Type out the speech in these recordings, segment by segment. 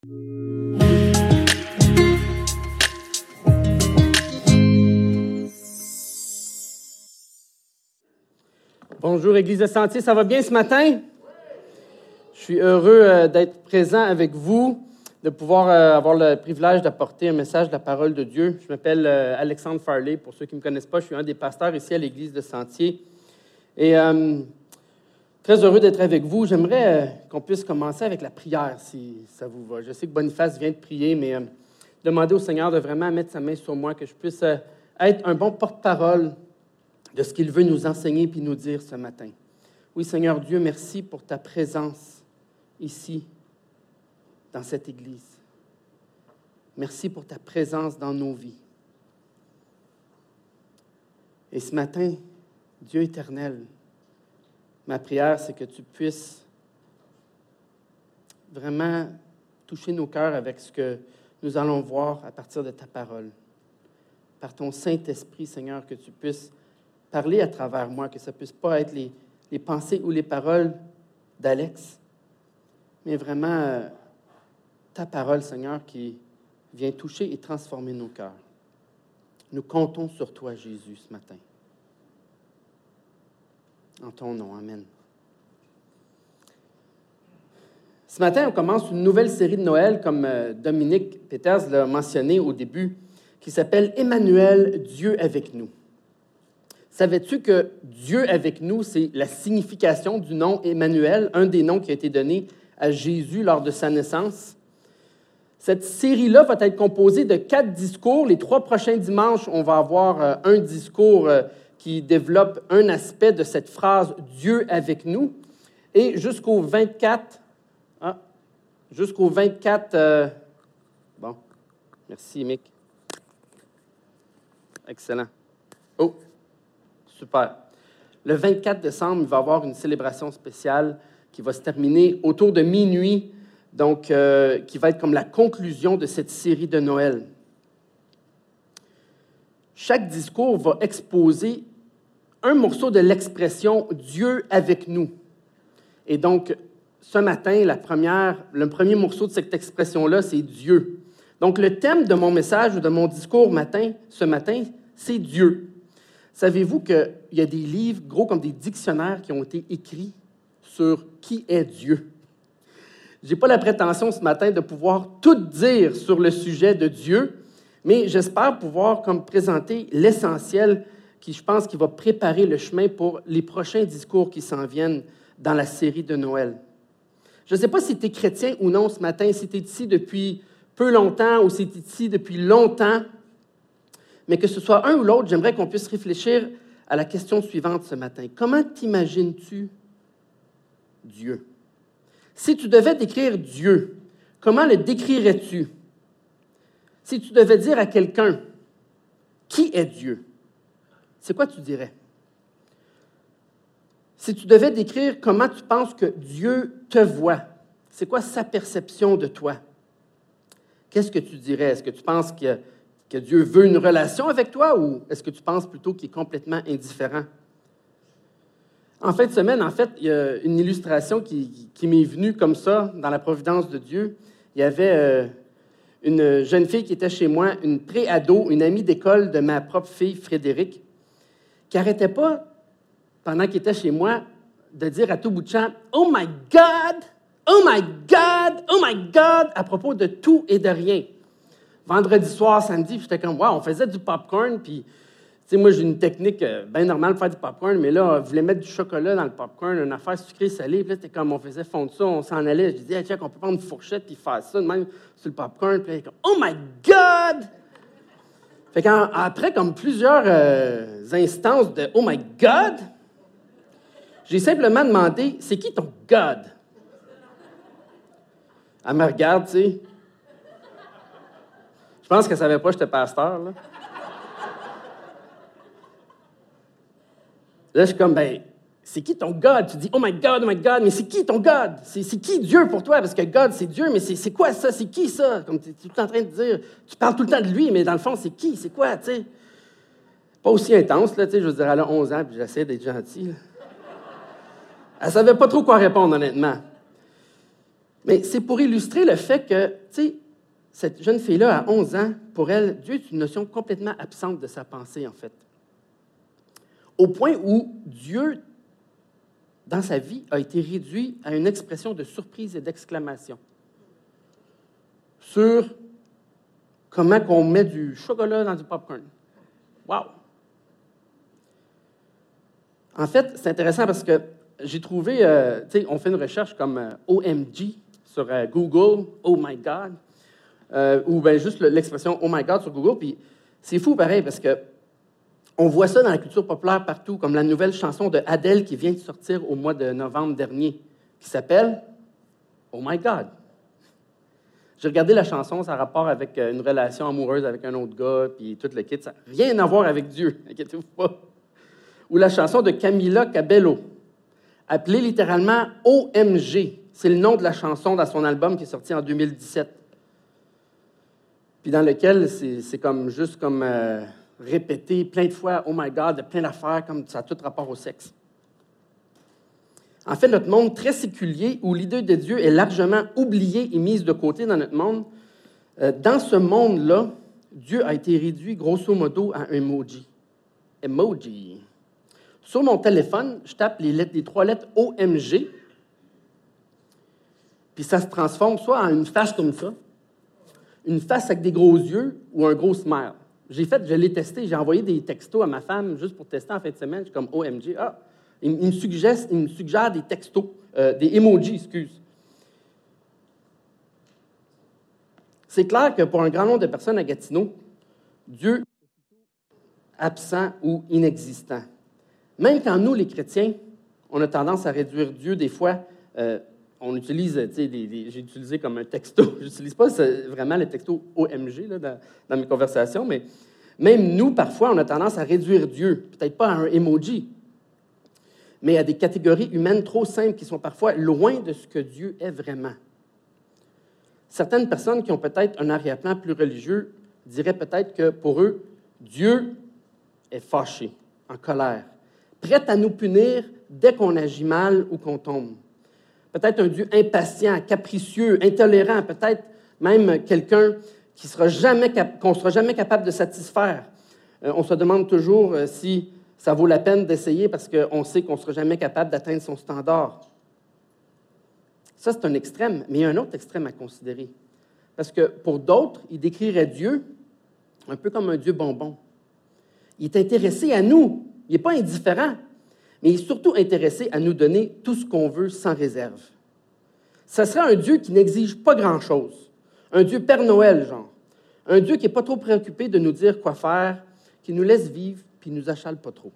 Bonjour, Église de Sentier, ça va bien ce matin? Je suis heureux d'être présent avec vous, de pouvoir avoir le privilège d'apporter un message de la parole de Dieu. Je m'appelle Alexandre Farley, pour ceux qui ne me connaissent pas, je suis un des pasteurs ici à l'Église de Sentier. Et très heureux d'être avec vous. J'aimerais qu'on puisse commencer avec la prière, si ça vous va. Je sais que Boniface vient de prier, mais demander au Seigneur de vraiment mettre sa main sur moi, que je puisse être un bon porte-parole de ce qu'il veut nous enseigner puis nous dire ce matin. Oui, Seigneur Dieu, merci pour ta présence ici, dans cette Église. Merci pour ta présence dans nos vies. Et ce matin, Dieu éternel, ma prière, c'est que tu puisses vraiment toucher nos cœurs avec ce que nous allons voir à partir de ta parole. Par ton Saint-Esprit, Seigneur, que tu puisses parler à travers moi, que ça ne puisse pas être les pensées ou les paroles d'Alex, mais vraiment ta parole, Seigneur, qui vient toucher et transformer nos cœurs. Nous comptons sur toi, Jésus, ce matin. En ton nom, amen. Ce matin, on commence une nouvelle série de Noël, comme Dominique Peters l'a mentionné au début, qui s'appelle « Emmanuel, Dieu avec nous ». Savais-tu que Dieu avec nous, c'est la signification du nom Emmanuel, un des noms qui a été donné à Jésus lors de sa naissance? Cette série-là va être composée de 4 discours. Les 3 prochains dimanches, on va avoir un discours qui développe un aspect de cette phrase « Dieu avec nous ». Et jusqu'au 24... bon, merci Mick. Excellent. Oh! Super. Le 24 décembre, il va y avoir une célébration spéciale qui va se terminer autour de minuit, donc qui va être comme la conclusion de cette série de Noël. Chaque discours va exposer un morceau de l'expression « Dieu avec nous ». Et donc, ce matin, le premier morceau de cette expression-là, c'est « Dieu ». Donc, le thème de mon message ou de mon discours ce matin, c'est « Dieu ». Savez-vous qu'il y a des livres gros comme des dictionnaires qui ont été écrits sur qui est Dieu? Je n'ai pas la prétention ce matin de pouvoir tout dire sur le sujet de Dieu, mais j'espère pouvoir comme présenter l'essentiel qui, je pense, qui va préparer le chemin pour les prochains discours qui s'en viennent dans la série de Noël. Je ne sais pas si tu es chrétien ou non ce matin, si tu es ici depuis peu longtemps ou si tu es ici depuis longtemps, mais que ce soit un ou l'autre, j'aimerais qu'on puisse réfléchir à la question suivante ce matin. Comment t'imagines-tu Dieu? Si tu devais décrire Dieu, comment le décrirais-tu? Si tu devais dire à quelqu'un, qui est Dieu? C'est quoi tu dirais? Si tu devais décrire comment tu penses que Dieu te voit, c'est quoi sa perception de toi? Qu'est-ce que tu dirais? Est-ce que tu penses que Dieu veut une relation avec toi ou est-ce que tu penses plutôt qu'il est complètement indifférent? En fin de semaine, il y a une illustration qui m'est venue comme ça, dans la providence de Dieu. Il y avait une jeune fille qui était chez moi, une pré-ado, une amie d'école de ma propre fille, Frédéric, qui n'arrêtait pas, pendant qu'elle était chez moi, de dire à tout bout de champ « Oh my God! Oh my God! Oh my God! » à propos de tout et de rien. Vendredi soir, samedi, j'étais comme, wow, on faisait du popcorn, puis, tu sais, moi, j'ai une technique bien normale pour faire du popcorn, mais là, on voulait mettre du chocolat dans le popcorn, une affaire sucrée, salée, puis là, c'était comme, on faisait fondre ça, on s'en allait, je disais, hey, check, on peut prendre une fourchette, puis faire ça, même sur le popcorn, puis là, comme, oh my God! Fait qu'après, comme plusieurs instances de oh my God, j'ai simplement demandé, c'est qui ton God? Elle me regarde, tu sais. Je pense qu'elle ne savait pas que j'étais pasteur, là. Là, je suis comme, c'est qui ton God? Tu dis, oh my God, mais c'est qui ton God? C'est qui Dieu pour toi? Parce que God, c'est Dieu, mais c'est quoi ça? C'est qui ça? Comme tu es tout le temps en train de dire, tu parles tout le temps de lui, mais dans le fond, c'est qui? C'est quoi, tu sais? Pas aussi intense, là, tu sais, je veux dire, elle a 11 ans, puis j'essaie d'être gentil, là. Elle ne savait pas trop quoi répondre, honnêtement. Mais c'est pour illustrer le fait que, tu sais, cette jeune fille-là, à 11 ans, pour elle, Dieu est une notion complètement absente de sa pensée, en fait. Au point où Dieu, dans sa vie, a été réduit à une expression de surprise et d'exclamation sur comment on met du chocolat dans du popcorn. Wow! En fait, c'est intéressant parce que j'ai trouvé, tu sais, on fait une recherche comme OMG sur Google, Oh my God, ou bien juste l'expression Oh my God sur Google, puis c'est fou pareil parce que on voit ça dans la culture populaire partout, comme la nouvelle chanson de Adele qui vient de sortir au mois de novembre dernier, qui s'appelle Oh my God. J'ai regardé la chanson, ça a rapport avec une relation amoureuse avec un autre gars, puis tout le kit, ça n'a rien à voir avec Dieu, inquiétez-vous pas. Ou la chanson de Camila Cabello, appelée littéralement OMG. C'est le nom de la chanson dans son album qui est sorti en 2017. Puis dans lequel c'est comme juste comme répété plein de fois, oh my God, de plein d'affaires, comme ça a tout rapport au sexe. En fait, notre monde très séculier, où l'idée de Dieu est largement oubliée et mise de côté dans notre monde, dans ce monde-là, Dieu a été réduit grosso modo à un emoji. Emoji. Sur mon téléphone, je tape les 3 lettres OMG, puis ça se transforme soit en une face comme ça, une face avec des gros yeux ou un gros smile. Je l'ai testé, j'ai envoyé des textos à ma femme juste pour tester en fin de semaine. Je suis comme OMG. Ah, il me suggère des textos, des emojis, excuse. C'est clair que pour un grand nombre de personnes à Gatineau, Dieu est absent ou inexistant. Même quand nous, les chrétiens, on a tendance à réduire Dieu des fois, on utilise, tu sais, j'ai utilisé comme un texto. Je n'utilise pas vraiment le texto OMG là, dans mes conversations, mais même nous, parfois, on a tendance à réduire Dieu, peut-être pas à un emoji, mais à des catégories humaines trop simples qui sont parfois loin de ce que Dieu est vraiment. Certaines personnes qui ont peut-être un arrière-plan plus religieux diraient peut-être que pour eux, Dieu est fâché, en colère, prêt à nous punir dès qu'on agit mal ou qu'on tombe. Peut-être un Dieu impatient, capricieux, intolérant, peut-être même quelqu'un qu'on ne sera jamais capable de satisfaire. On se demande toujours si ça vaut la peine d'essayer parce qu'on sait qu'on ne sera jamais capable d'atteindre son standard. Ça, c'est un extrême, mais il y a un autre extrême à considérer. Parce que pour d'autres, ils décriraient Dieu un peu comme un Dieu bonbon. Il est intéressé à nous. Il n'est pas indifférent, mais il est surtout intéressé à nous donner tout ce qu'on veut sans réserve. Ce serait un Dieu qui n'exige pas grand-chose. Un Dieu Père Noël, genre. Un Dieu qui n'est pas trop préoccupé de nous dire quoi faire, qui nous laisse vivre puis ne nous achale pas trop.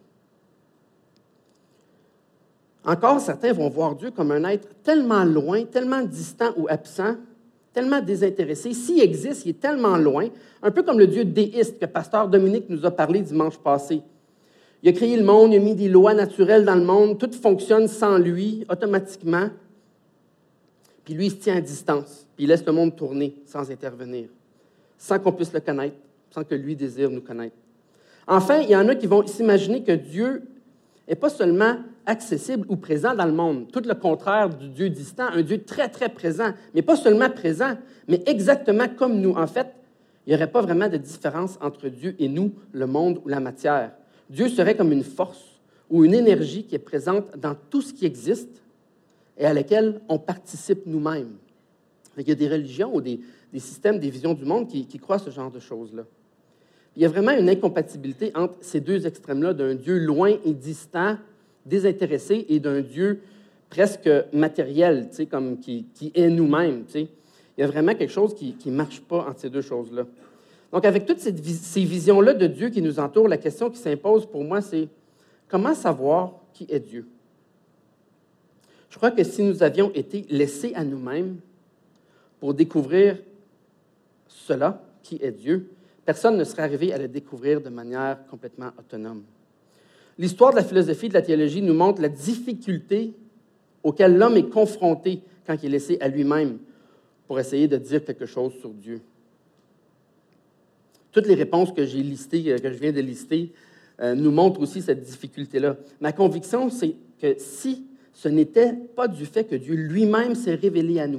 Encore, certains vont voir Dieu comme un être tellement loin, tellement distant ou absent, tellement désintéressé. S'il existe, il est tellement loin, un peu comme le Dieu déiste que Pasteur Dominique nous a parlé dimanche passé. Il a créé le monde, il a mis des lois naturelles dans le monde, tout fonctionne sans lui, automatiquement. Puis lui, il se tient à distance, puis il laisse le monde tourner sans intervenir, sans qu'on puisse le connaître, sans que lui désire nous connaître. Enfin, il y en a qui vont s'imaginer que Dieu n'est pas seulement accessible ou présent dans le monde, tout le contraire du Dieu distant, un Dieu très, très présent, mais pas seulement présent, mais exactement comme nous. En fait, il n'y aurait pas vraiment de différence entre Dieu et nous, le monde ou la matière. Dieu serait comme une force ou une énergie qui est présente dans tout ce qui existe et à laquelle on participe nous-mêmes. Il y a des religions ou des systèmes, des visions du monde qui croient à ce genre de choses-là. Il y a vraiment une incompatibilité entre ces deux extrêmes-là, d'un Dieu loin et distant, désintéressé, et d'un Dieu presque matériel, tu sais, comme qui est nous-mêmes. Tu sais. Il y a vraiment quelque chose qui ne marche pas entre ces deux choses-là. Donc, avec toutes ces visions-là de Dieu qui nous entourent, la question qui s'impose pour moi, c'est comment savoir qui est Dieu? Je crois que si nous avions été laissés à nous-mêmes pour découvrir cela, qui est Dieu, personne ne serait arrivé à le découvrir de manière complètement autonome. L'histoire de la philosophie et de la théologie nous montre la difficulté auquel l'homme est confronté quand il est laissé à lui-même pour essayer de dire quelque chose sur Dieu. Toutes les réponses que j'ai listées, que je viens de lister, nous montrent aussi cette difficulté-là. Ma conviction, c'est que si ce n'était pas du fait que Dieu lui-même s'est révélé à nous,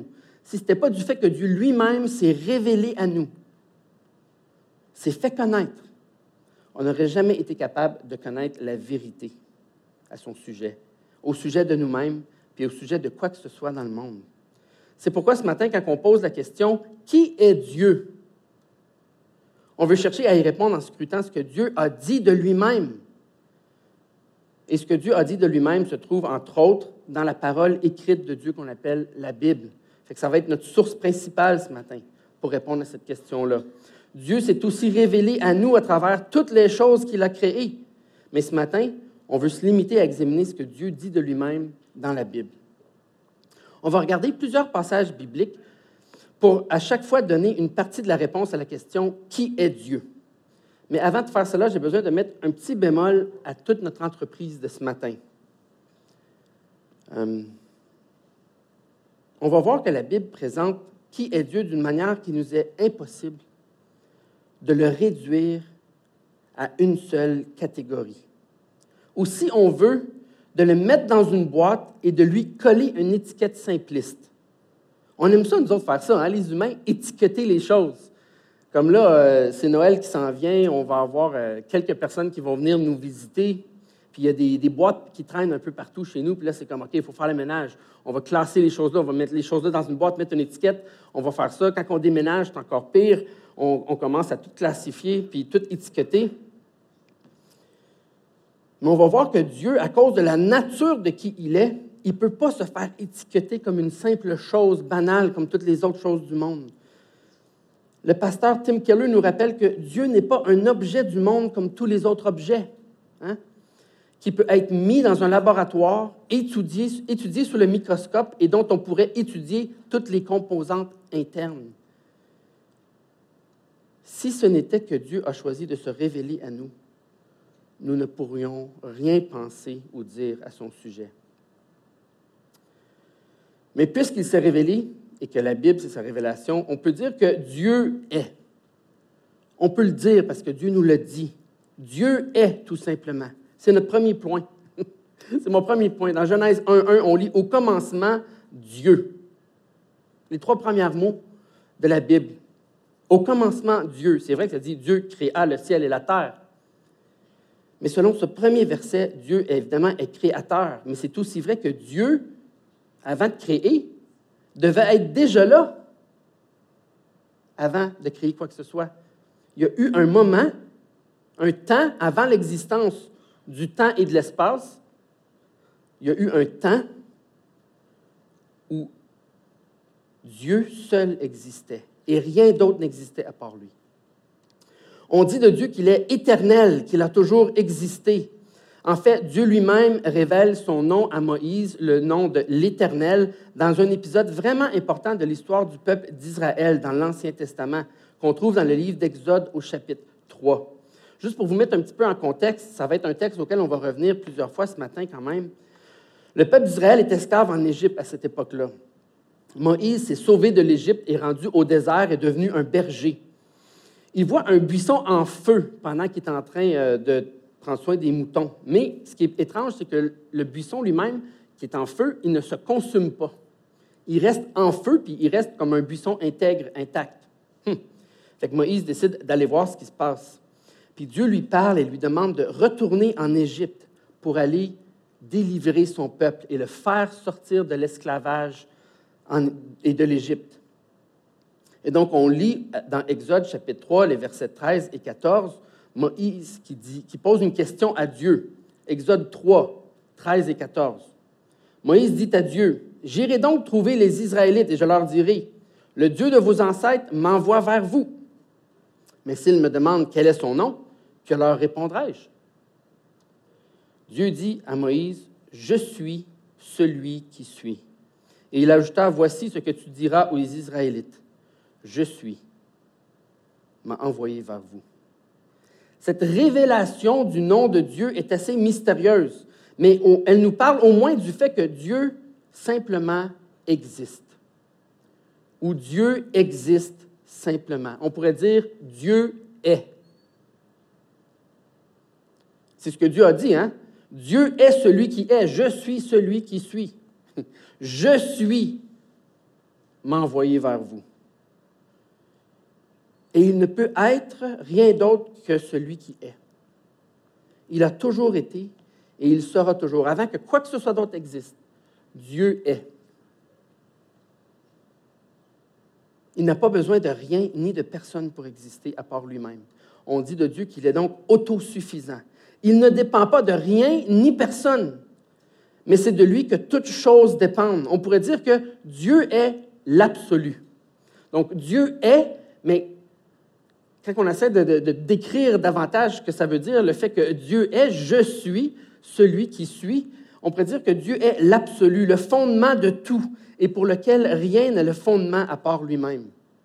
si ce n'était pas du fait que Dieu lui-même s'est révélé à nous, s'est fait connaître, on n'aurait jamais été capable de connaître la vérité à son sujet, au sujet de nous-mêmes, puis au sujet de quoi que ce soit dans le monde. C'est pourquoi ce matin, quand on pose la question « Qui est Dieu? » on veut chercher à y répondre en scrutant ce que Dieu a dit de lui-même. Et ce que Dieu a dit de lui-même se trouve, entre autres, dans la parole écrite de Dieu qu'on appelle la Bible. Fait que ça va être notre source principale ce matin pour répondre à cette question-là. Dieu s'est aussi révélé à nous à travers toutes les choses qu'il a créées. Mais ce matin, on veut se limiter à examiner ce que Dieu dit de lui-même dans la Bible. On va regarder plusieurs passages bibliques pour à chaque fois donner une partie de la réponse à la question « Qui est Dieu? » Mais avant de faire cela, j'ai besoin de mettre un petit bémol à toute notre entreprise de ce matin. On va voir que la Bible présente qui est Dieu d'une manière qui nous est impossible de le réduire à une seule catégorie. Ou si on veut, de le mettre dans une boîte et de lui coller une étiquette simpliste. On aime ça, nous autres, faire ça, hein, les humains, étiqueter les choses. Comme là, c'est Noël qui s'en vient, on va avoir quelques personnes qui vont venir nous visiter, puis il y a des boîtes qui traînent un peu partout chez nous, puis là, c'est comme, OK, il faut faire le ménage. On va classer les choses là, on va mettre les choses là dans une boîte, mettre une étiquette, on va faire ça. Quand on déménage, c'est encore pire, on commence à tout classifier, puis tout étiqueter. Mais on va voir que Dieu, à cause de la nature de qui il est, il ne peut pas se faire étiqueter comme une simple chose banale, comme toutes les autres choses du monde. Le pasteur Tim Keller nous rappelle que Dieu n'est pas un objet du monde comme tous les autres objets, hein, qui peut être mis dans un laboratoire, étudié sous le microscope et dont on pourrait étudier toutes les composantes internes. Si ce n'était que Dieu a choisi de se révéler à nous, nous ne pourrions rien penser ou dire à son sujet. Mais puisqu'il s'est révélé, et que la Bible, c'est sa révélation, on peut dire que Dieu est. On peut le dire parce que Dieu nous l'a dit. Dieu est, tout simplement. C'est notre premier point. C'est mon premier point. Dans Genèse 1:1, on lit « Au commencement, Dieu ». Les 3 premiers mots de la Bible. Au commencement, Dieu. C'est vrai que ça dit « Dieu créa le ciel et la terre ». Mais selon ce premier verset, Dieu, évidemment, est créateur. Mais c'est aussi vrai que Dieu, avant de créer, devait être déjà là avant de créer quoi que ce soit. Il y a eu un moment, un temps avant l'existence du temps et de l'espace. Il y a eu un temps où Dieu seul existait et rien d'autre n'existait à part lui. On dit de Dieu qu'il est éternel, qu'il a toujours existé. En fait, Dieu lui-même révèle son nom à Moïse, le nom de l'Éternel, dans un épisode vraiment important de l'histoire du peuple d'Israël dans l'Ancien Testament, qu'on trouve dans le livre d'Exode au chapitre 3. Juste pour vous mettre un petit peu en contexte, ça va être un texte auquel on va revenir plusieurs fois ce matin quand même. Le peuple d'Israël est esclave en Égypte à cette époque-là. Moïse s'est sauvé de l'Égypte et rendu au désert, est devenu un berger. Il voit un buisson en feu pendant qu'il est en train de prendre soin des moutons. Mais ce qui est étrange, c'est que le buisson lui-même, qui est en feu, il ne se consume pas. Il reste en feu, puis il reste comme un buisson intègre, intact. Fait que Moïse décide d'aller voir ce qui se passe. Puis Dieu lui parle et lui demande de retourner en Égypte pour aller délivrer son peuple et le faire sortir de l'esclavage et de l'Égypte. Et donc, on lit dans Exode, chapitre 3, les versets 13 et 14, Moïse qui pose une question à Dieu. Exode 3, 13 et 14. Moïse dit à Dieu, « J'irai donc trouver les Israélites et je leur dirai, « Le Dieu de vos ancêtres m'envoie vers vous. Mais s'ils me demandent quel est son nom, que leur répondrai-je? » Dieu dit à Moïse, « Je suis celui qui suis. » Et il ajouta, « Voici ce que tu diras aux Israélites. Je suis, m'a envoyé vers vous. » Cette révélation du nom de Dieu est assez mystérieuse, mais elle nous parle au moins du fait que Dieu simplement existe. Ou Dieu existe simplement. On pourrait dire Dieu est. C'est ce que Dieu a dit, hein? Dieu est celui qui est. Je suis celui qui suis. Je suis m'a envoyé vers vous. Et il ne peut être rien d'autre que celui qui est. Il a toujours été et il sera toujours. Avant que quoi que ce soit d'autre existe, Dieu est. Il n'a pas besoin de rien ni de personne pour exister à part lui-même. On dit de Dieu qu'il est donc autosuffisant. Il ne dépend pas de rien ni personne, mais c'est de lui que toutes choses dépendent. On pourrait dire que Dieu est l'absolu. Donc Dieu est, mais quand on essaie de décrire davantage ce que ça veut dire, le fait que Dieu est, je suis, celui qui suit, on pourrait dire que Dieu est l'absolu, le fondement de tout, et pour lequel rien n'est le fondement à part lui-même.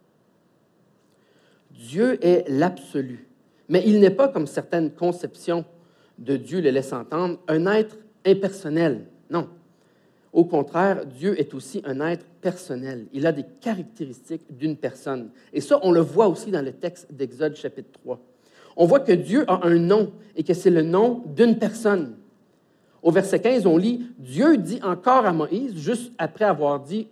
Dieu est l'absolu, mais il n'est pas, comme certaines conceptions de Dieu le laissent entendre, un être impersonnel. Non. Au contraire, Dieu est aussi un être personnel. Il a des caractéristiques d'une personne. Et ça, on le voit aussi dans le texte d'Exode chapitre 3. On voit que Dieu a un nom et que c'est le nom d'une personne. Au verset 15, on lit « Dieu dit encore à Moïse, juste après avoir dit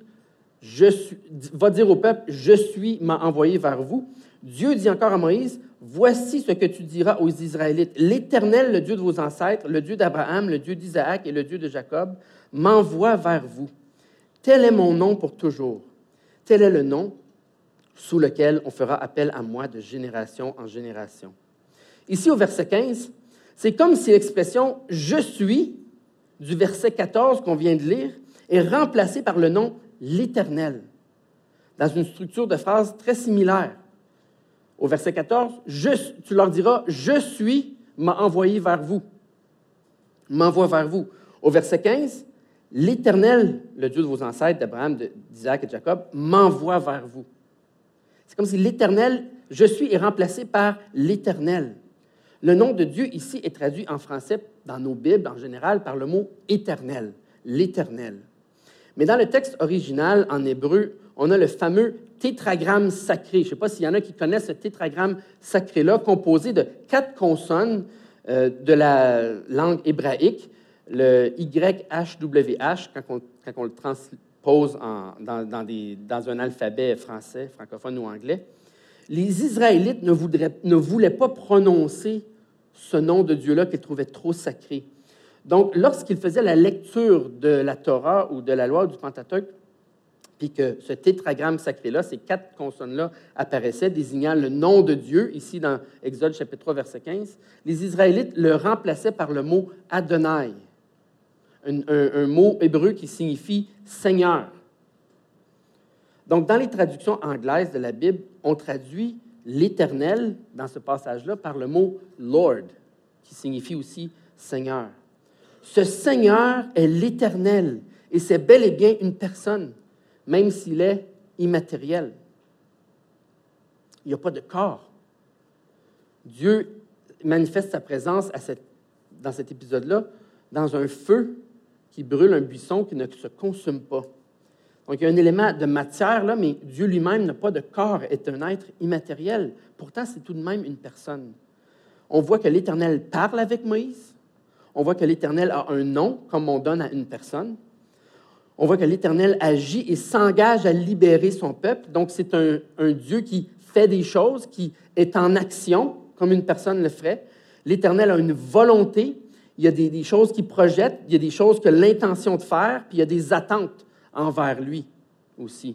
« Va dire au peuple, je suis m'a envoyé vers vous », Dieu dit encore à Moïse « Voici ce que tu diras aux Israélites. L'Éternel, le Dieu de vos ancêtres, le Dieu d'Abraham, le Dieu d'Isaac et le Dieu de Jacob, m'envoie vers vous. Tel est mon nom pour toujours. Tel est le nom sous lequel on fera appel à moi de génération en génération. » Ici, au verset 15, c'est comme si l'expression « je suis » du verset 14 qu'on vient de lire est remplacée par le nom « l'Éternel » dans une structure de phrase très similaire. Au verset 14, tu leur diras « je suis m'a envoyé vers vous ». M'envoie vers vous. Au verset 15, l'Éternel, le Dieu de vos ancêtres, d'Abraham, d'Isaac et de Jacob, m'envoie vers vous. C'est comme si l'Éternel, je suis, est remplacé par l'Éternel. Le nom de Dieu ici est traduit en français, dans nos Bibles en général, par le mot éternel, l'Éternel. Mais dans le texte original, en hébreu, on a le fameux tétragramme sacré. Je ne sais pas s'il y en a qui connaissent ce tétragramme sacré-là, composé de 4 consonnes de la langue hébraïque, le YHWH, quand on le transpose dans un alphabet français, francophone ou anglais. Les Israélites ne voulaient pas prononcer ce nom de Dieu-là qu'ils trouvaient trop sacré. Donc, lorsqu'ils faisaient la lecture de la Torah ou de la loi ou du Pentateuque, puis que ce tétragramme sacré-là, ces 4 consonnes-là apparaissaient, désignant le nom de Dieu, ici dans Exode chapitre 3, verset 15, les Israélites le remplaçaient par le mot « Adonai », un mot hébreu qui signifie « Seigneur ». Donc, dans les traductions anglaises de la Bible, on traduit l'Éternel, dans ce passage-là, par le mot « Lord », qui signifie aussi « Seigneur ». Ce Seigneur est l'Éternel, et c'est bel et bien une personne, même s'il est immatériel. Il n'y a pas de corps. Dieu manifeste sa présence dans cet épisode-là dans un feu qui brûle un buisson qui ne se consume pas. Donc, il y a un élément de matière, là, mais Dieu lui-même n'a pas de corps, est un être immatériel. Pourtant, c'est tout de même une personne. On voit que l'Éternel parle avec Moïse. On voit que l'Éternel a un nom, comme on donne à une personne. On voit que l'Éternel agit et s'engage à libérer son peuple. Donc, c'est un Dieu qui fait des choses, qui est en action, comme une personne le ferait. L'Éternel a une volonté. Il y a des choses qu'il projette, il y a des choses qu'il a l'intention de faire, puis il y a des attentes envers lui aussi.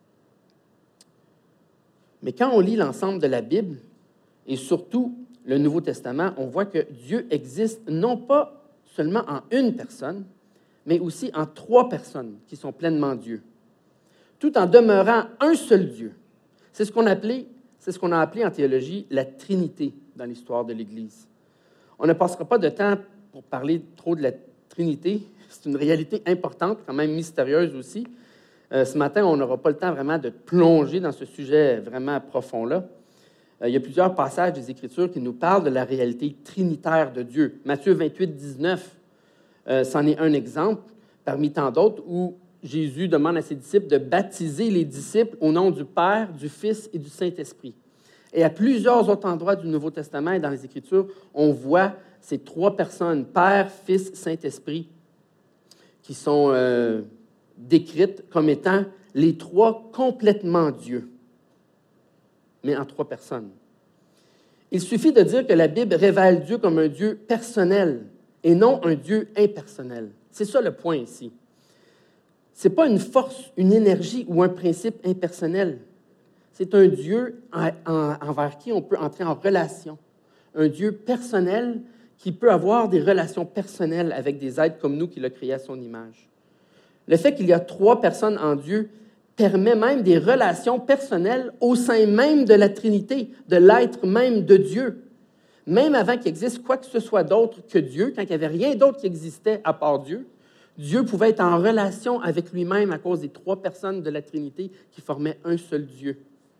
Mais quand on lit l'ensemble de la Bible, et surtout le Nouveau Testament, on voit que Dieu existe non pas seulement en une personne, mais aussi en 3 personnes qui sont pleinement Dieu, tout en demeurant un seul Dieu. C'est ce qu'on a appelé en théologie la Trinité dans l'histoire de l'Église. On ne passera pas de temps pour parler trop de la Trinité. C'est une réalité importante, quand même mystérieuse aussi. Ce matin, on n'aura pas le temps vraiment de plonger dans ce sujet vraiment profond-là. Il y a plusieurs passages des Écritures qui nous parlent de la réalité trinitaire de Dieu. Matthieu 28, 19, c'en est un exemple, parmi tant d'autres, où Jésus demande à ses disciples de baptiser les disciples au nom du Père, du Fils et du Saint-Esprit. Et à plusieurs autres endroits du Nouveau Testament et dans les Écritures, on voit ces 3 personnes, Père, Fils, Saint-Esprit, qui sont décrites comme étant les trois complètement Dieu, mais en trois personnes. Il suffit de dire que la Bible révèle Dieu comme un Dieu personnel et non un Dieu impersonnel. C'est ça le point ici. Ce n'est pas une force, une énergie ou un principe impersonnel. C'est un Dieu envers qui on peut entrer en relation. Un Dieu personnel qui peut avoir des relations personnelles avec des êtres comme nous qu'il a créés à son image. Le fait qu'il y a trois personnes en Dieu permet même des relations personnelles au sein même de la Trinité, de l'être même de Dieu. Même avant qu'il existe quoi que ce soit d'autre que Dieu, quand il n'y avait rien d'autre qui existait à part Dieu, Dieu pouvait être en relation avec lui-même à cause des trois personnes de la Trinité qui formaient un seul Dieu.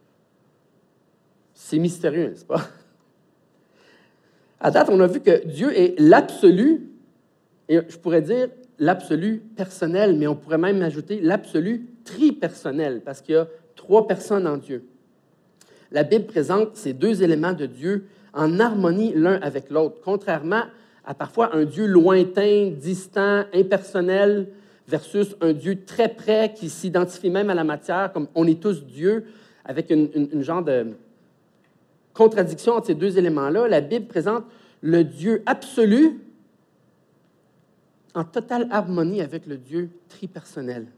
C'est mystérieux, n'est-ce pas? À date, on a vu que Dieu est l'absolu, et je pourrais dire l'absolu personnel, mais on pourrait même ajouter l'absolu tripersonnel, parce qu'il y a trois personnes en Dieu. La Bible présente ces deux éléments de Dieu en harmonie l'un avec l'autre, contrairement à parfois un Dieu lointain, distant, impersonnel, versus un Dieu très près qui s'identifie même à la matière, comme on est tous Dieu, avec une genre de contradiction entre ces deux éléments-là. La Bible présente le Dieu absolu en totale harmonie avec le Dieu tripersonnel.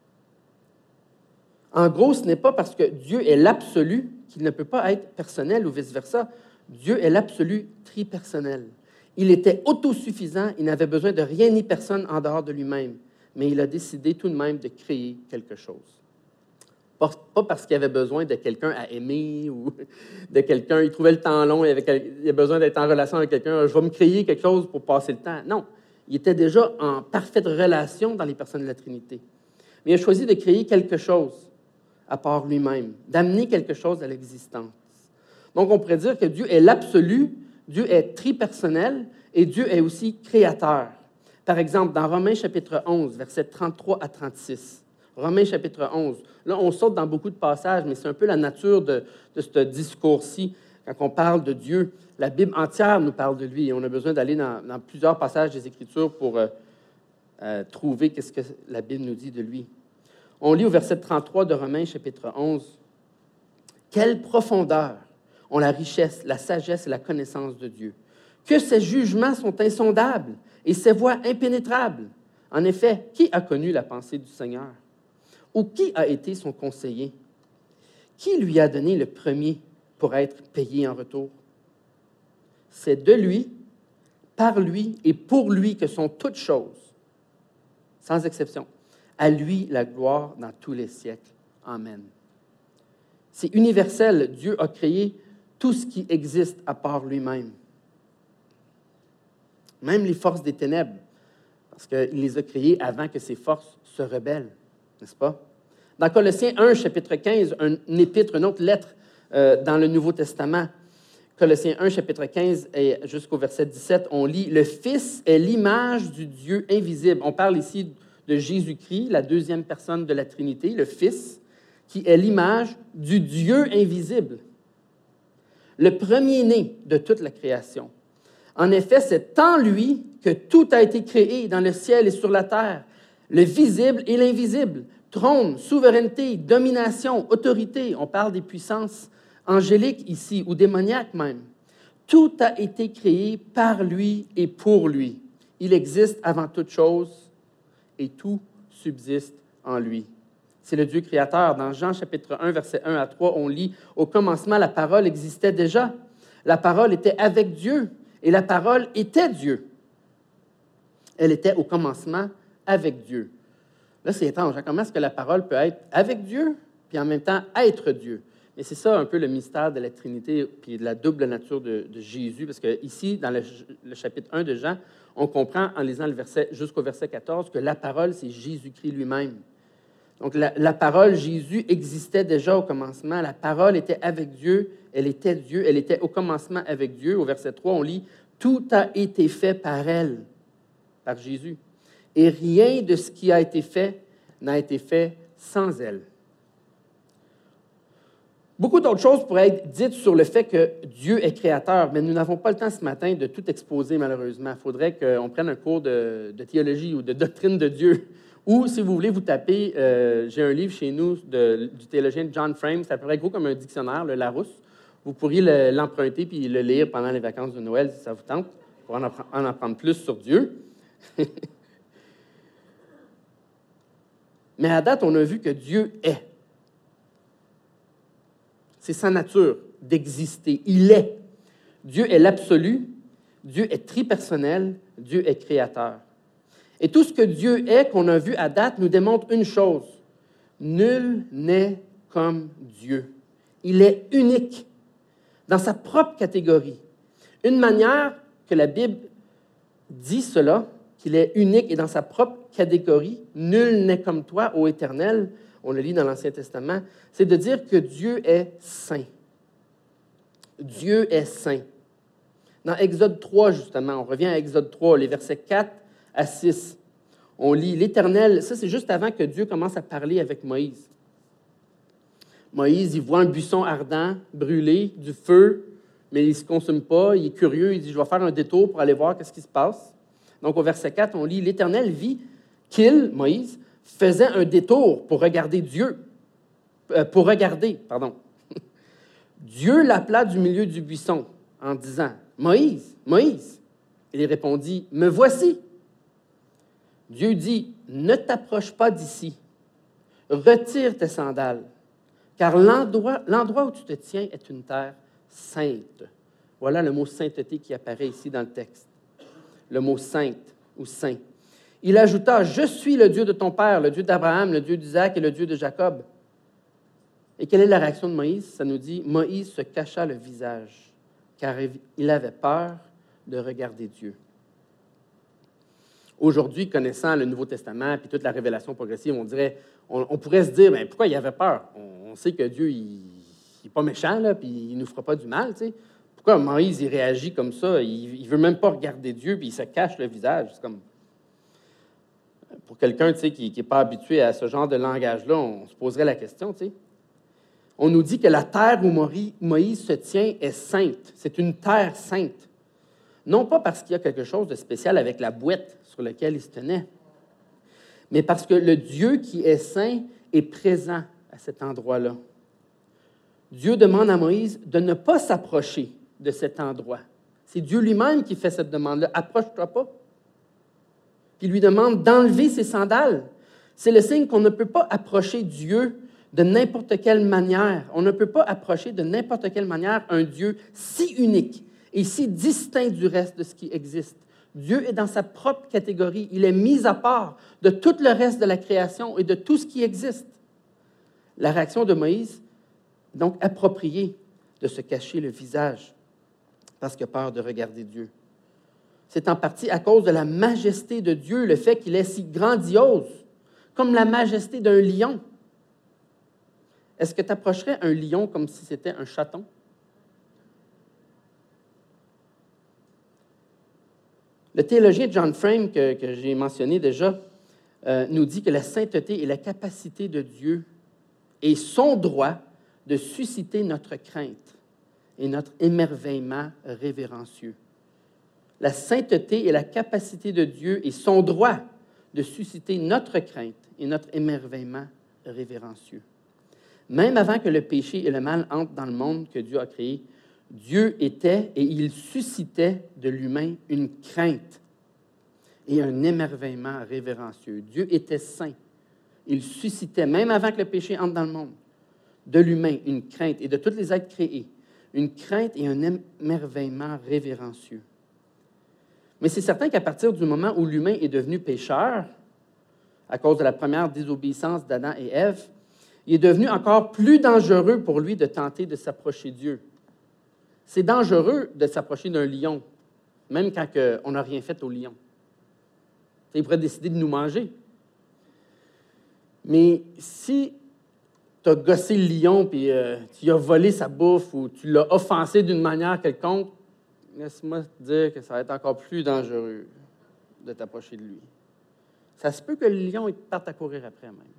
En gros, ce n'est pas parce que Dieu est l'absolu qu'il ne peut pas être personnel ou vice-versa. Dieu est l'absolu tripersonnel. Il était autosuffisant, il n'avait besoin de rien ni personne en dehors de lui-même, mais il a décidé tout de même de créer quelque chose. Pas parce qu'il avait besoin de quelqu'un à aimer ou de quelqu'un, il trouvait le temps long, il avait besoin d'être en relation avec quelqu'un, je vais me créer quelque chose pour passer le temps. Non, il était déjà en parfaite relation dans les personnes de la Trinité. Mais il a choisi de créer quelque chose à part lui-même, d'amener quelque chose à l'existence. Donc, on pourrait dire que Dieu est l'absolu, Dieu est tripersonnel et Dieu est aussi créateur. Par exemple, dans Romains chapitre 11, versets 33 à 36. Romains chapitre 11. Là, on saute dans beaucoup de passages, mais c'est un peu la nature de ce discours-ci. Quand on parle de Dieu, la Bible entière nous parle de lui et on a besoin d'aller dans plusieurs passages des Écritures pour trouver qu'est-ce que la Bible nous dit de lui. On lit au verset 33 de Romains chapitre 11. « Quelle profondeur ont la richesse, la sagesse et la connaissance de Dieu! Que ses jugements sont insondables et ses voies impénétrables! En effet, qui a connu la pensée du Seigneur? Ou qui a été son conseiller? Qui lui a donné le premier pour être payé en retour? C'est de lui, par lui et pour lui que sont toutes choses, sans exception. À lui la gloire dans tous les siècles. Amen. » C'est universel. Dieu a créé tout ce qui existe à part lui-même. Même les forces des ténèbres, parce qu'il les a créées avant que ces forces se rebellent, n'est-ce pas? Dans Colossiens 1, chapitre 15, une épître, une autre lettre dans le Nouveau Testament, Colossiens 1, chapitre 15 et jusqu'au verset 17, on lit « Le Fils est l'image du Dieu invisible ». On parle ici de Jésus-Christ, la deuxième personne de la Trinité, le Fils, qui est l'image du Dieu invisible, le premier-né de toute la création. En effet, c'est en lui que tout a été créé dans le ciel et sur la terre, le visible et l'invisible, trône, souveraineté, domination, autorité. On parle des puissances angéliques ici, ou démoniaques même. Tout a été créé par lui et pour lui. Il existe avant toute chose et tout subsiste en lui. C'est le Dieu créateur. Dans Jean chapitre 1, versets 1 à 3, on lit « Au commencement, la parole existait déjà. La parole était avec Dieu et la parole était Dieu. Elle était au commencement avec Dieu. » Là, c'est étrange. Comment est-ce que la parole peut être avec Dieu puis en même temps être Dieu? Mais c'est ça un peu le mystère de la Trinité puis de la double nature de Jésus. Parce que ici, dans le chapitre 1 de Jean, on comprend en lisant le verset jusqu'au verset 14 que la parole, c'est Jésus-Christ lui-même. Donc, la parole, Jésus, existait déjà au commencement. La parole était avec Dieu, elle était au commencement avec Dieu. Au verset 3, on lit « Tout a été fait par elle, par Jésus. Et rien de ce qui a été fait n'a été fait sans elle. » Beaucoup d'autres choses pourraient être dites sur le fait que Dieu est créateur, mais nous n'avons pas le temps ce matin de tout exposer, malheureusement. Il faudrait qu'on prenne un cours de théologie ou de doctrine de Dieu Ou, si vous voulez, vous tapez, j'ai un livre chez nous du théologien John Frame, c'est à peu près gros comme un dictionnaire, le Larousse. Vous pourriez l'emprunter puis le lire pendant les vacances de Noël, si ça vous tente, pour en apprendre plus sur Dieu. Mais à date, on a vu que Dieu est. C'est sa nature d'exister. Il est. Dieu est l'absolu. Dieu est tripersonnel. Dieu est créateur. Et tout ce que Dieu est, qu'on a vu à date, nous démontre une chose. Nul n'est comme Dieu. Il est unique dans sa propre catégorie. Une manière que la Bible dit cela, qu'il est unique et dans sa propre catégorie, nul n'est comme toi, ô Éternel, on le lit dans l'Ancien Testament, c'est de dire que Dieu est saint. Dieu est saint. Dans Exode 3, justement, on revient à Exode 3, les versets 4 à 6. On lit l'Éternel, ça c'est juste avant que Dieu commence à parler avec Moïse. Moïse, il voit un buisson ardent, brûlé, du feu, mais il ne se consume pas, il est curieux, il dit, je vais faire un détour pour aller voir qu'est-ce qui se passe. Donc au verset 4, on lit, l'Éternel vit qu'il, Moïse, faisait un détour pour regarder Dieu. Dieu l'appela du milieu du buisson en disant, Moïse, Moïse. Il répondit, me voici. Dieu dit, ne t'approche pas d'ici. Retire tes sandales, car l'endroit où tu te tiens est une terre sainte. Voilà le mot sainteté qui apparaît ici dans le texte. Le mot sainte ou saint. Il ajouta, je suis le Dieu de ton père, le Dieu d'Abraham, le Dieu d'Isaac et le Dieu de Jacob. Et quelle est la réaction de Moïse? Ça nous dit, Moïse se cacha le visage, car il avait peur de regarder Dieu. Aujourd'hui, connaissant le Nouveau Testament et toute la révélation progressive, on pourrait se dire, pourquoi il avait peur? On sait que Dieu, il n'est pas méchant, là, puis il ne nous fera pas du mal. T'sais. Pourquoi Moïse, il réagit comme ça? Il ne veut même pas regarder Dieu, puis il se cache le visage. C'est comme... Pour quelqu'un qui n'est pas habitué à ce genre de langage-là, on se poserait la question. T'sais. On nous dit que la terre où Moïse se tient est sainte. C'est une terre sainte. Non pas parce qu'il y a quelque chose de spécial avec la boîte sur laquelle il se tenait, mais parce que le Dieu qui est saint est présent à cet endroit-là. Dieu demande à Moïse de ne pas s'approcher de cet endroit. C'est Dieu lui-même qui fait cette demande-là. Approche-toi pas. Puis il lui demande d'enlever ses sandales. C'est le signe qu'on ne peut pas approcher Dieu de n'importe quelle manière. On ne peut pas approcher de n'importe quelle manière un Dieu si unique et si distinct du reste de ce qui existe. Dieu est dans sa propre catégorie. Il est mis à part de tout le reste de la création et de tout ce qui existe. La réaction de Moïse, donc appropriée, de se cacher le visage parce qu'il a peur de regarder Dieu. C'est en partie à cause de la majesté de Dieu, le fait qu'il est si grandiose, comme la majesté d'un lion. Est-ce que tu approcherais un lion comme si c'était un chaton? Le théologien John Frame, que j'ai mentionné déjà, nous dit que la sainteté est la capacité de Dieu et son droit de susciter notre crainte et notre émerveillement révérencieux. La sainteté est la capacité de Dieu et son droit de susciter notre crainte et notre émerveillement révérencieux. Même avant que le péché et le mal entrent dans le monde que Dieu a créé, Dieu était et il suscitait de l'humain une crainte et un émerveillement révérencieux. Dieu était saint. Il suscitait, même avant que le péché entre dans le monde, de l'humain une crainte et de tous les êtres créés, une crainte et un émerveillement révérencieux. Mais c'est certain qu'à partir du moment où l'humain est devenu pécheur, à cause de la première désobéissance d'Adam et Ève, il est devenu encore plus dangereux pour lui de tenter de s'approcher de Dieu. C'est dangereux de s'approcher d'un lion, même quand on n'a rien fait au lion. Il pourrait décider de nous manger. Mais si tu as gossé le lion puis tu lui as volé sa bouffe ou tu l'as offensé d'une manière quelconque, laisse-moi te dire que ça va être encore plus dangereux de t'approcher de lui. Ça se peut que le lion il parte à courir après même.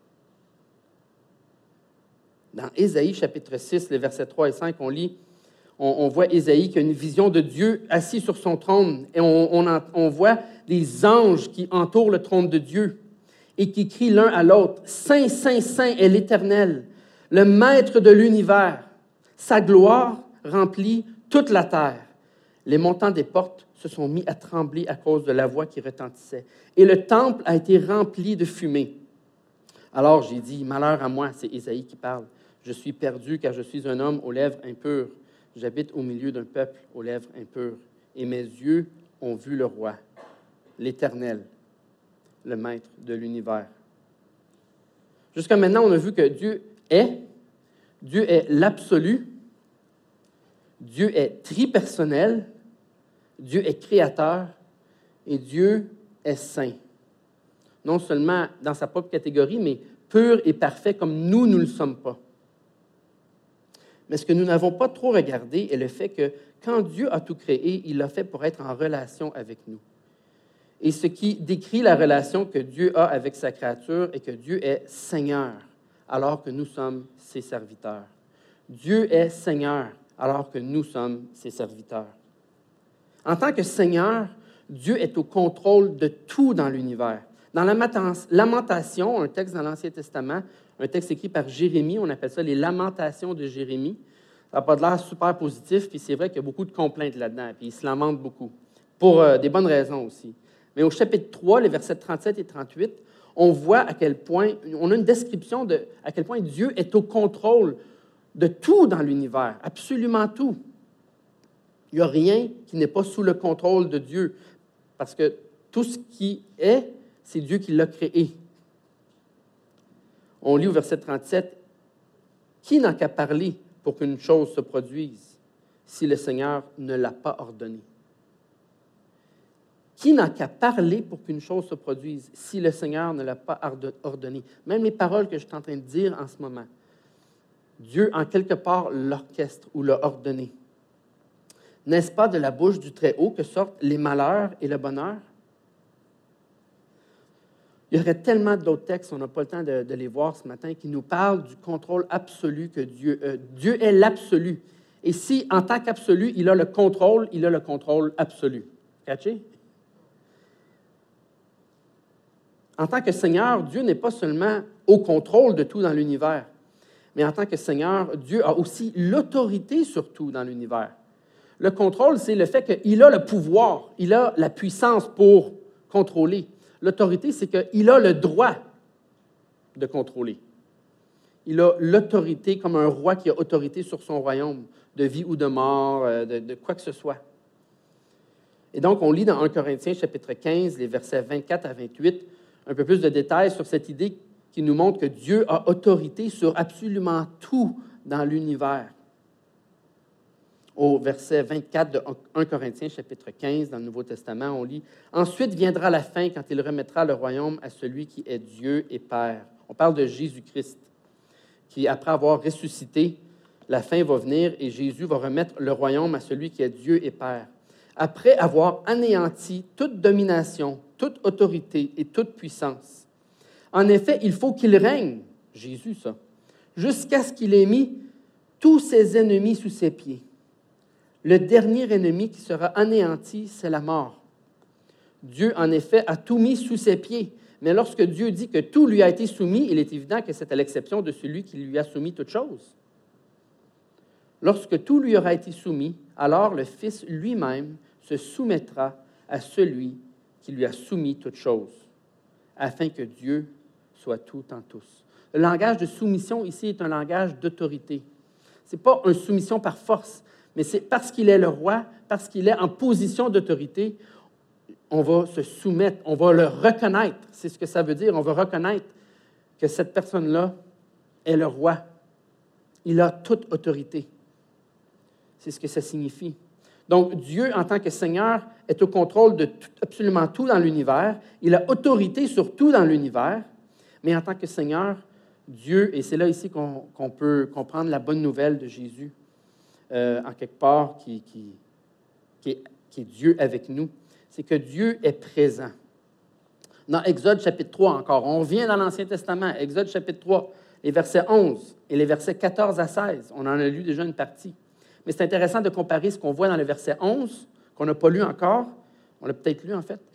Dans Ésaïe, chapitre 6, les versets 3 et 5, on lit On voit Ésaïe qui a une vision de Dieu assis sur son trône et on voit des anges qui entourent le trône de Dieu et qui crient l'un à l'autre, « Saint, Saint, Saint est l'Éternel, le Maître de l'univers. Sa gloire remplit toute la terre. » Les montants des portes se sont mis à trembler à cause de la voix qui retentissait. Et le temple a été rempli de fumée. Alors j'ai dit, « Malheur à moi, c'est Ésaïe qui parle. Je suis perdu car je suis un homme aux lèvres impures. J'habite au milieu d'un peuple aux lèvres impures. Et mes yeux ont vu le roi, l'Éternel, le Maître de l'univers. » Jusqu'à maintenant, on a vu que Dieu est l'absolu, Dieu est tripersonnel, Dieu est créateur et Dieu est saint. Non seulement dans sa propre catégorie, mais pur et parfait comme nous ne le sommes pas. Mais ce que nous n'avons pas trop regardé est le fait que quand Dieu a tout créé, il l'a fait pour être en relation avec nous. Et ce qui décrit la relation que Dieu a avec sa créature est que Dieu est Seigneur, alors que nous sommes ses serviteurs. Dieu est Seigneur, alors que nous sommes ses serviteurs. En tant que Seigneur, Dieu est au contrôle de tout dans l'univers. Dans la Lamentation, un texte dans l'Ancien Testament, un texte écrit par Jérémie, on appelle ça les Lamentations de Jérémie. Ça n'a pas de l'air super positif, puis c'est vrai qu'il y a beaucoup de complaintes là-dedans, puis il se lamente beaucoup, pour des bonnes raisons aussi. Mais au chapitre 3, les versets 37 et 38, on voit à quel point, on a une description de à quel point Dieu est au contrôle de tout dans l'univers, absolument tout. Il n'y a rien qui n'est pas sous le contrôle de Dieu, parce que tout ce qui est, c'est Dieu qui l'a créé. On lit au verset 37, « Qui n'a qu'à parler pour qu'une chose se produise si le Seigneur ne l'a pas ordonné? » Qui n'a qu'à parler pour qu'une chose se produise si le Seigneur ne l'a pas ordonné? Même les paroles que je suis en train de dire en ce moment, Dieu, en quelque part, l'orchestre ou l'a ordonné. N'est-ce pas de la bouche du Très-Haut que sortent les malheurs et le bonheur? Il y aurait tellement d'autres textes, on n'a pas le temps de les voir ce matin, qui nous parlent du contrôle absolu que Dieu a. Dieu est l'absolu. Et si, en tant qu'absolu, il a le contrôle absolu. Catché? En tant que Seigneur, Dieu n'est pas seulement au contrôle de tout dans l'univers, mais en tant que Seigneur, Dieu a aussi l'autorité sur tout dans l'univers. Le contrôle, c'est le fait qu'il a le pouvoir, il a la puissance pour contrôler. L'autorité, c'est qu'il a le droit de contrôler. Il a l'autorité comme un roi qui a autorité sur son royaume, de vie ou de mort, de quoi que ce soit. Et donc, on lit dans 1 Corinthiens, chapitre 15, les versets 24 à 28, un peu plus de détails sur cette idée qui nous montre que Dieu a autorité sur absolument tout dans l'univers. Au verset 24 de 1 Corinthiens, chapitre 15, dans le Nouveau Testament, on lit « Ensuite viendra la fin quand il remettra le royaume à celui qui est Dieu et Père. » On parle de Jésus-Christ, qui, après avoir ressuscité, la fin va venir et Jésus va remettre le royaume à celui qui est Dieu et Père. Après avoir anéanti toute domination, toute autorité et toute puissance. En effet, il faut qu'il règne, Jésus ça, jusqu'à ce qu'il ait mis tous ses ennemis sous ses pieds. Le dernier ennemi qui sera anéanti, c'est la mort. Dieu, en effet, a tout mis sous ses pieds. Mais lorsque Dieu dit que tout lui a été soumis, il est évident que c'est à l'exception de celui qui lui a soumis toutes choses. Lorsque tout lui aura été soumis, alors le Fils lui-même se soumettra à celui qui lui a soumis toutes choses, afin que Dieu soit tout en tous. Le langage de soumission ici est un langage d'autorité. Ce n'est pas une soumission par force, mais c'est parce qu'il est le roi, parce qu'il est en position d'autorité, on va se soumettre, on va le reconnaître. C'est ce que ça veut dire. On va reconnaître que cette personne-là est le roi. Il a toute autorité. C'est ce que ça signifie. Donc, Dieu, en tant que Seigneur, est au contrôle de absolument tout dans l'univers. Il a autorité sur tout dans l'univers. Mais en tant que Seigneur, Dieu, et c'est là ici qu'on peut comprendre la bonne nouvelle de Jésus, en quelque part, qui est Dieu avec nous, c'est que Dieu est présent. Dans Exode chapitre 3 encore, on revient dans l'Ancien Testament, Exode chapitre 3, les versets 11 et les versets 14 à 16, on en a lu déjà une partie. Mais c'est intéressant de comparer ce qu'on voit dans le verset 11, qu'on n'a pas lu encore. On l'a peut-être lu, en fait.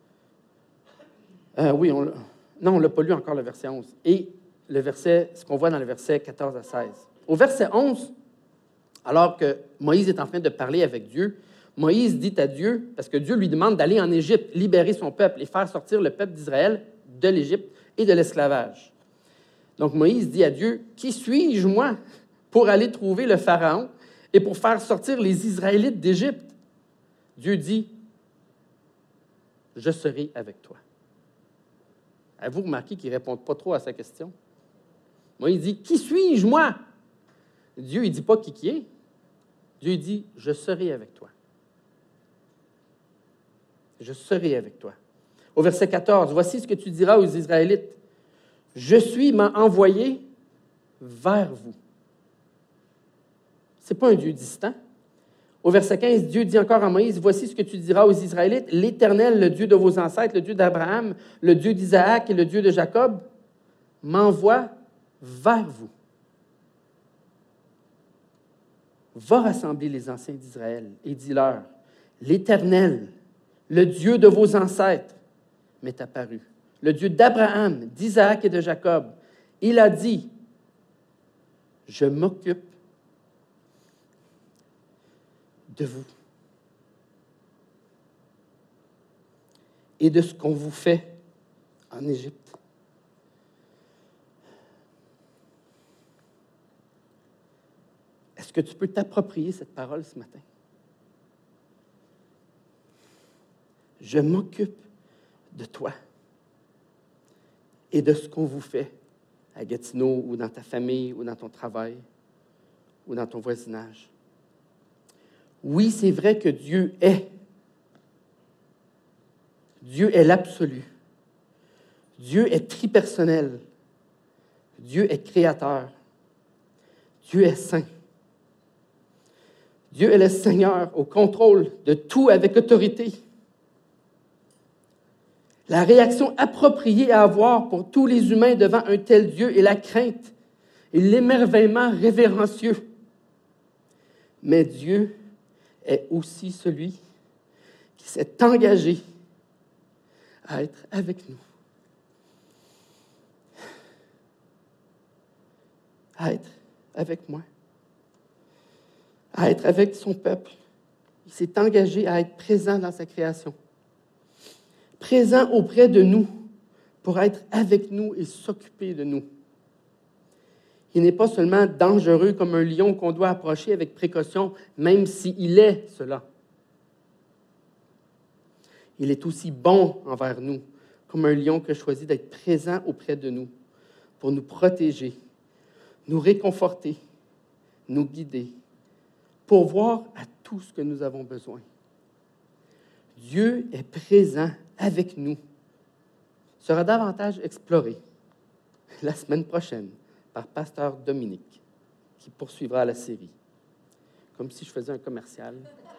Oui, non, on ne l'a pas lu encore, le verset 11. Et ce qu'on voit dans le verset 14 à 16. Au verset 11, alors que Moïse est en train de parler avec Dieu, Moïse dit à Dieu, parce que Dieu lui demande d'aller en Égypte, libérer son peuple et faire sortir le peuple d'Israël de l'Égypte et de l'esclavage. Donc Moïse dit à Dieu, « Qui suis-je, moi, pour aller trouver le Pharaon et pour faire sortir les Israélites d'Égypte? » Dieu dit, « Je serai avec toi. » Avez-vous remarqué qu'il ne répond pas trop à sa question? Moïse dit, « Qui suis-je, moi? » Dieu, il ne dit pas qui est. Dieu dit, « Je serai avec toi. » Je serai avec toi. Au verset 14, « Voici ce que tu diras aux Israélites. Je suis m'a envoyé vers vous. » Ce n'est pas un Dieu distant. Au verset 15, Dieu dit encore à Moïse, « Voici ce que tu diras aux Israélites. L'Éternel, le Dieu de vos ancêtres, le Dieu d'Abraham, le Dieu d'Isaac et le Dieu de Jacob, m'envoie vers vous. Va rassembler les anciens d'Israël et dis-leur, l'Éternel, le Dieu de vos ancêtres, m'est apparu. Le Dieu d'Abraham, d'Isaac et de Jacob. Il a dit, je m'occupe de vous et de ce qu'on vous fait en Égypte. » Est-ce que tu peux t'approprier cette parole ce matin? Je m'occupe de toi et de ce qu'on vous fait à Gatineau ou dans ta famille ou dans ton travail ou dans ton voisinage. Oui, c'est vrai que Dieu est. Dieu est l'absolu. Dieu est tripersonnel. Dieu est créateur. Dieu est saint. Dieu est le Seigneur au contrôle de tout avec autorité. La réaction appropriée à avoir pour tous les humains devant un tel Dieu est la crainte et l'émerveillement révérencieux. Mais Dieu est aussi celui qui s'est engagé à être avec nous, à être avec moi, à être avec son peuple. Il s'est engagé à être présent dans sa création, présent auprès de nous pour être avec nous et s'occuper de nous. Il n'est pas seulement dangereux comme un lion qu'on doit approcher avec précaution, même s'il est cela. Il est aussi bon envers nous, comme un lion qui a choisi d'être présent auprès de nous pour nous protéger, nous réconforter, nous guider, pourvoir à tout ce que nous avons besoin. Dieu est présent avec nous. Sera davantage exploré la semaine prochaine par Pasteur Dominique, qui poursuivra la série. Comme si je faisais un commercial.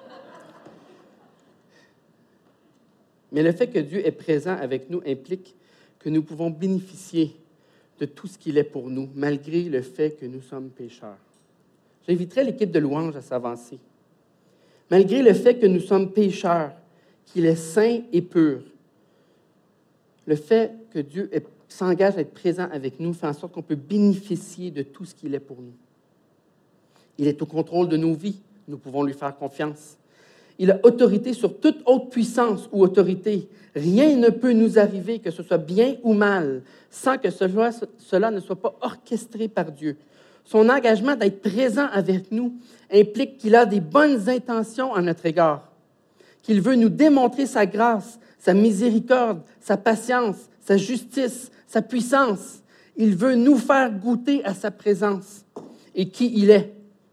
Mais le fait que Dieu est présent avec nous implique que nous pouvons bénéficier de tout ce qu'il est pour nous, malgré le fait que nous sommes pécheurs. J'inviterai l'équipe de louanges à s'avancer. Malgré le fait que nous sommes pécheurs, qu'il est saint et pur, le fait que Dieu s'engage à être présent avec nous fait en sorte qu'on peut bénéficier de tout ce qu'il est pour nous. Il est au contrôle de nos vies. Nous pouvons lui faire confiance. Il a autorité sur toute autre puissance ou autorité. Rien ne peut nous arriver, que ce soit bien ou mal, sans que cela ne soit pas orchestré par Dieu. Son engagement d'être présent avec nous implique qu'il a des bonnes intentions à notre égard, qu'il veut nous démontrer sa grâce, sa miséricorde, sa patience, sa justice, sa puissance. Il veut nous faire goûter à sa présence et qui il est.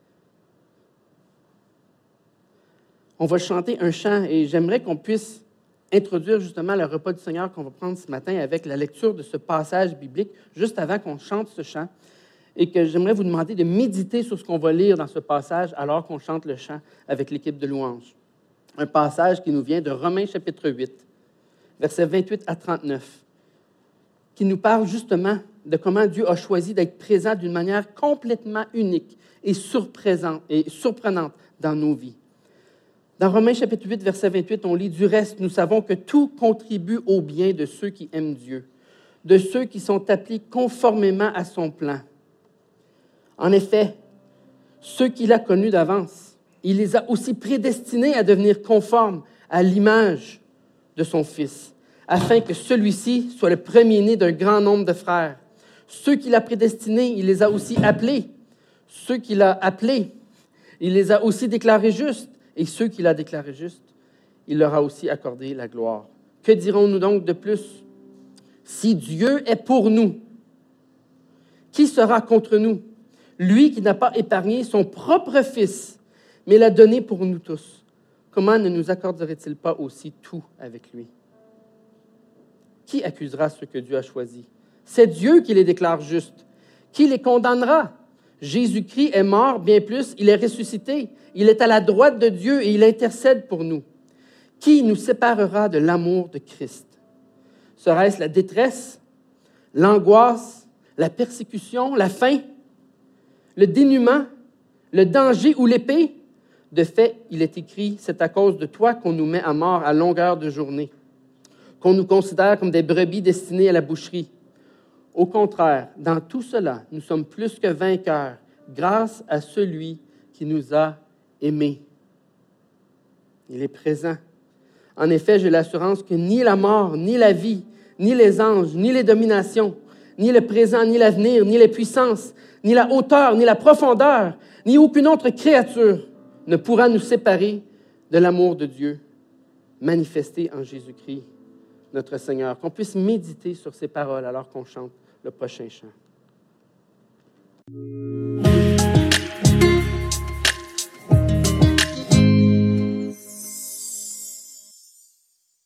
On va chanter un chant et j'aimerais qu'on puisse introduire justement le repas du Seigneur qu'on va prendre ce matin avec la lecture de ce passage biblique juste avant qu'on chante ce chant et que j'aimerais vous demander de méditer sur ce qu'on va lire dans ce passage alors qu'on chante le chant avec l'équipe de louanges. Un passage qui nous vient de Romains chapitre 8, versets 28 à 39, qui nous parle justement de comment Dieu a choisi d'être présent d'une manière complètement unique et surprenante dans nos vies. Dans Romains chapitre 8, verset 28, on lit « Du reste, nous savons que tout contribue au bien de ceux qui aiment Dieu, de ceux qui sont appelés conformément à son plan. En effet, ceux qu'il a connus d'avance, il les a aussi prédestinés à devenir conformes à l'image de son Fils, afin que celui-ci soit le premier-né d'un grand nombre de frères. Ceux qu'il a prédestinés, il les a aussi appelés. Ceux qu'il a appelés, il les a aussi déclarés justes. Et ceux qu'il a déclarés justes, il leur a aussi accordé la gloire. Que dirons-nous donc de plus? Si Dieu est pour nous, qui sera contre nous? Lui qui n'a pas épargné son propre Fils, mais l'a donné pour nous tous. Comment ne nous accorderait-il pas aussi tout avec lui? Qui accusera ceux que Dieu a choisis? C'est Dieu qui les déclare justes. Qui les condamnera? Jésus-Christ est mort, bien plus, il est ressuscité. Il est à la droite de Dieu et il intercède pour nous. Qui nous séparera de l'amour de Christ? Serait-ce la détresse, l'angoisse, la persécution, la faim, le dénuement, le danger ou l'épée? De fait, il est écrit, c'est à cause de toi qu'on nous met à mort à longueur de journée, qu'on nous considère comme des brebis destinées à la boucherie. Au contraire, dans tout cela, nous sommes plus que vainqueurs grâce à celui qui nous a aimés. Il est présent. En effet, j'ai l'assurance que ni la mort, ni la vie, ni les anges, ni les dominations, ni le présent, ni l'avenir, ni les puissances, ni la hauteur, ni la profondeur, ni aucune autre créature ne pourra nous séparer de l'amour de Dieu manifesté en Jésus-Christ, notre Seigneur. Qu'on puisse méditer sur ces paroles alors qu'on chante le prochain chant.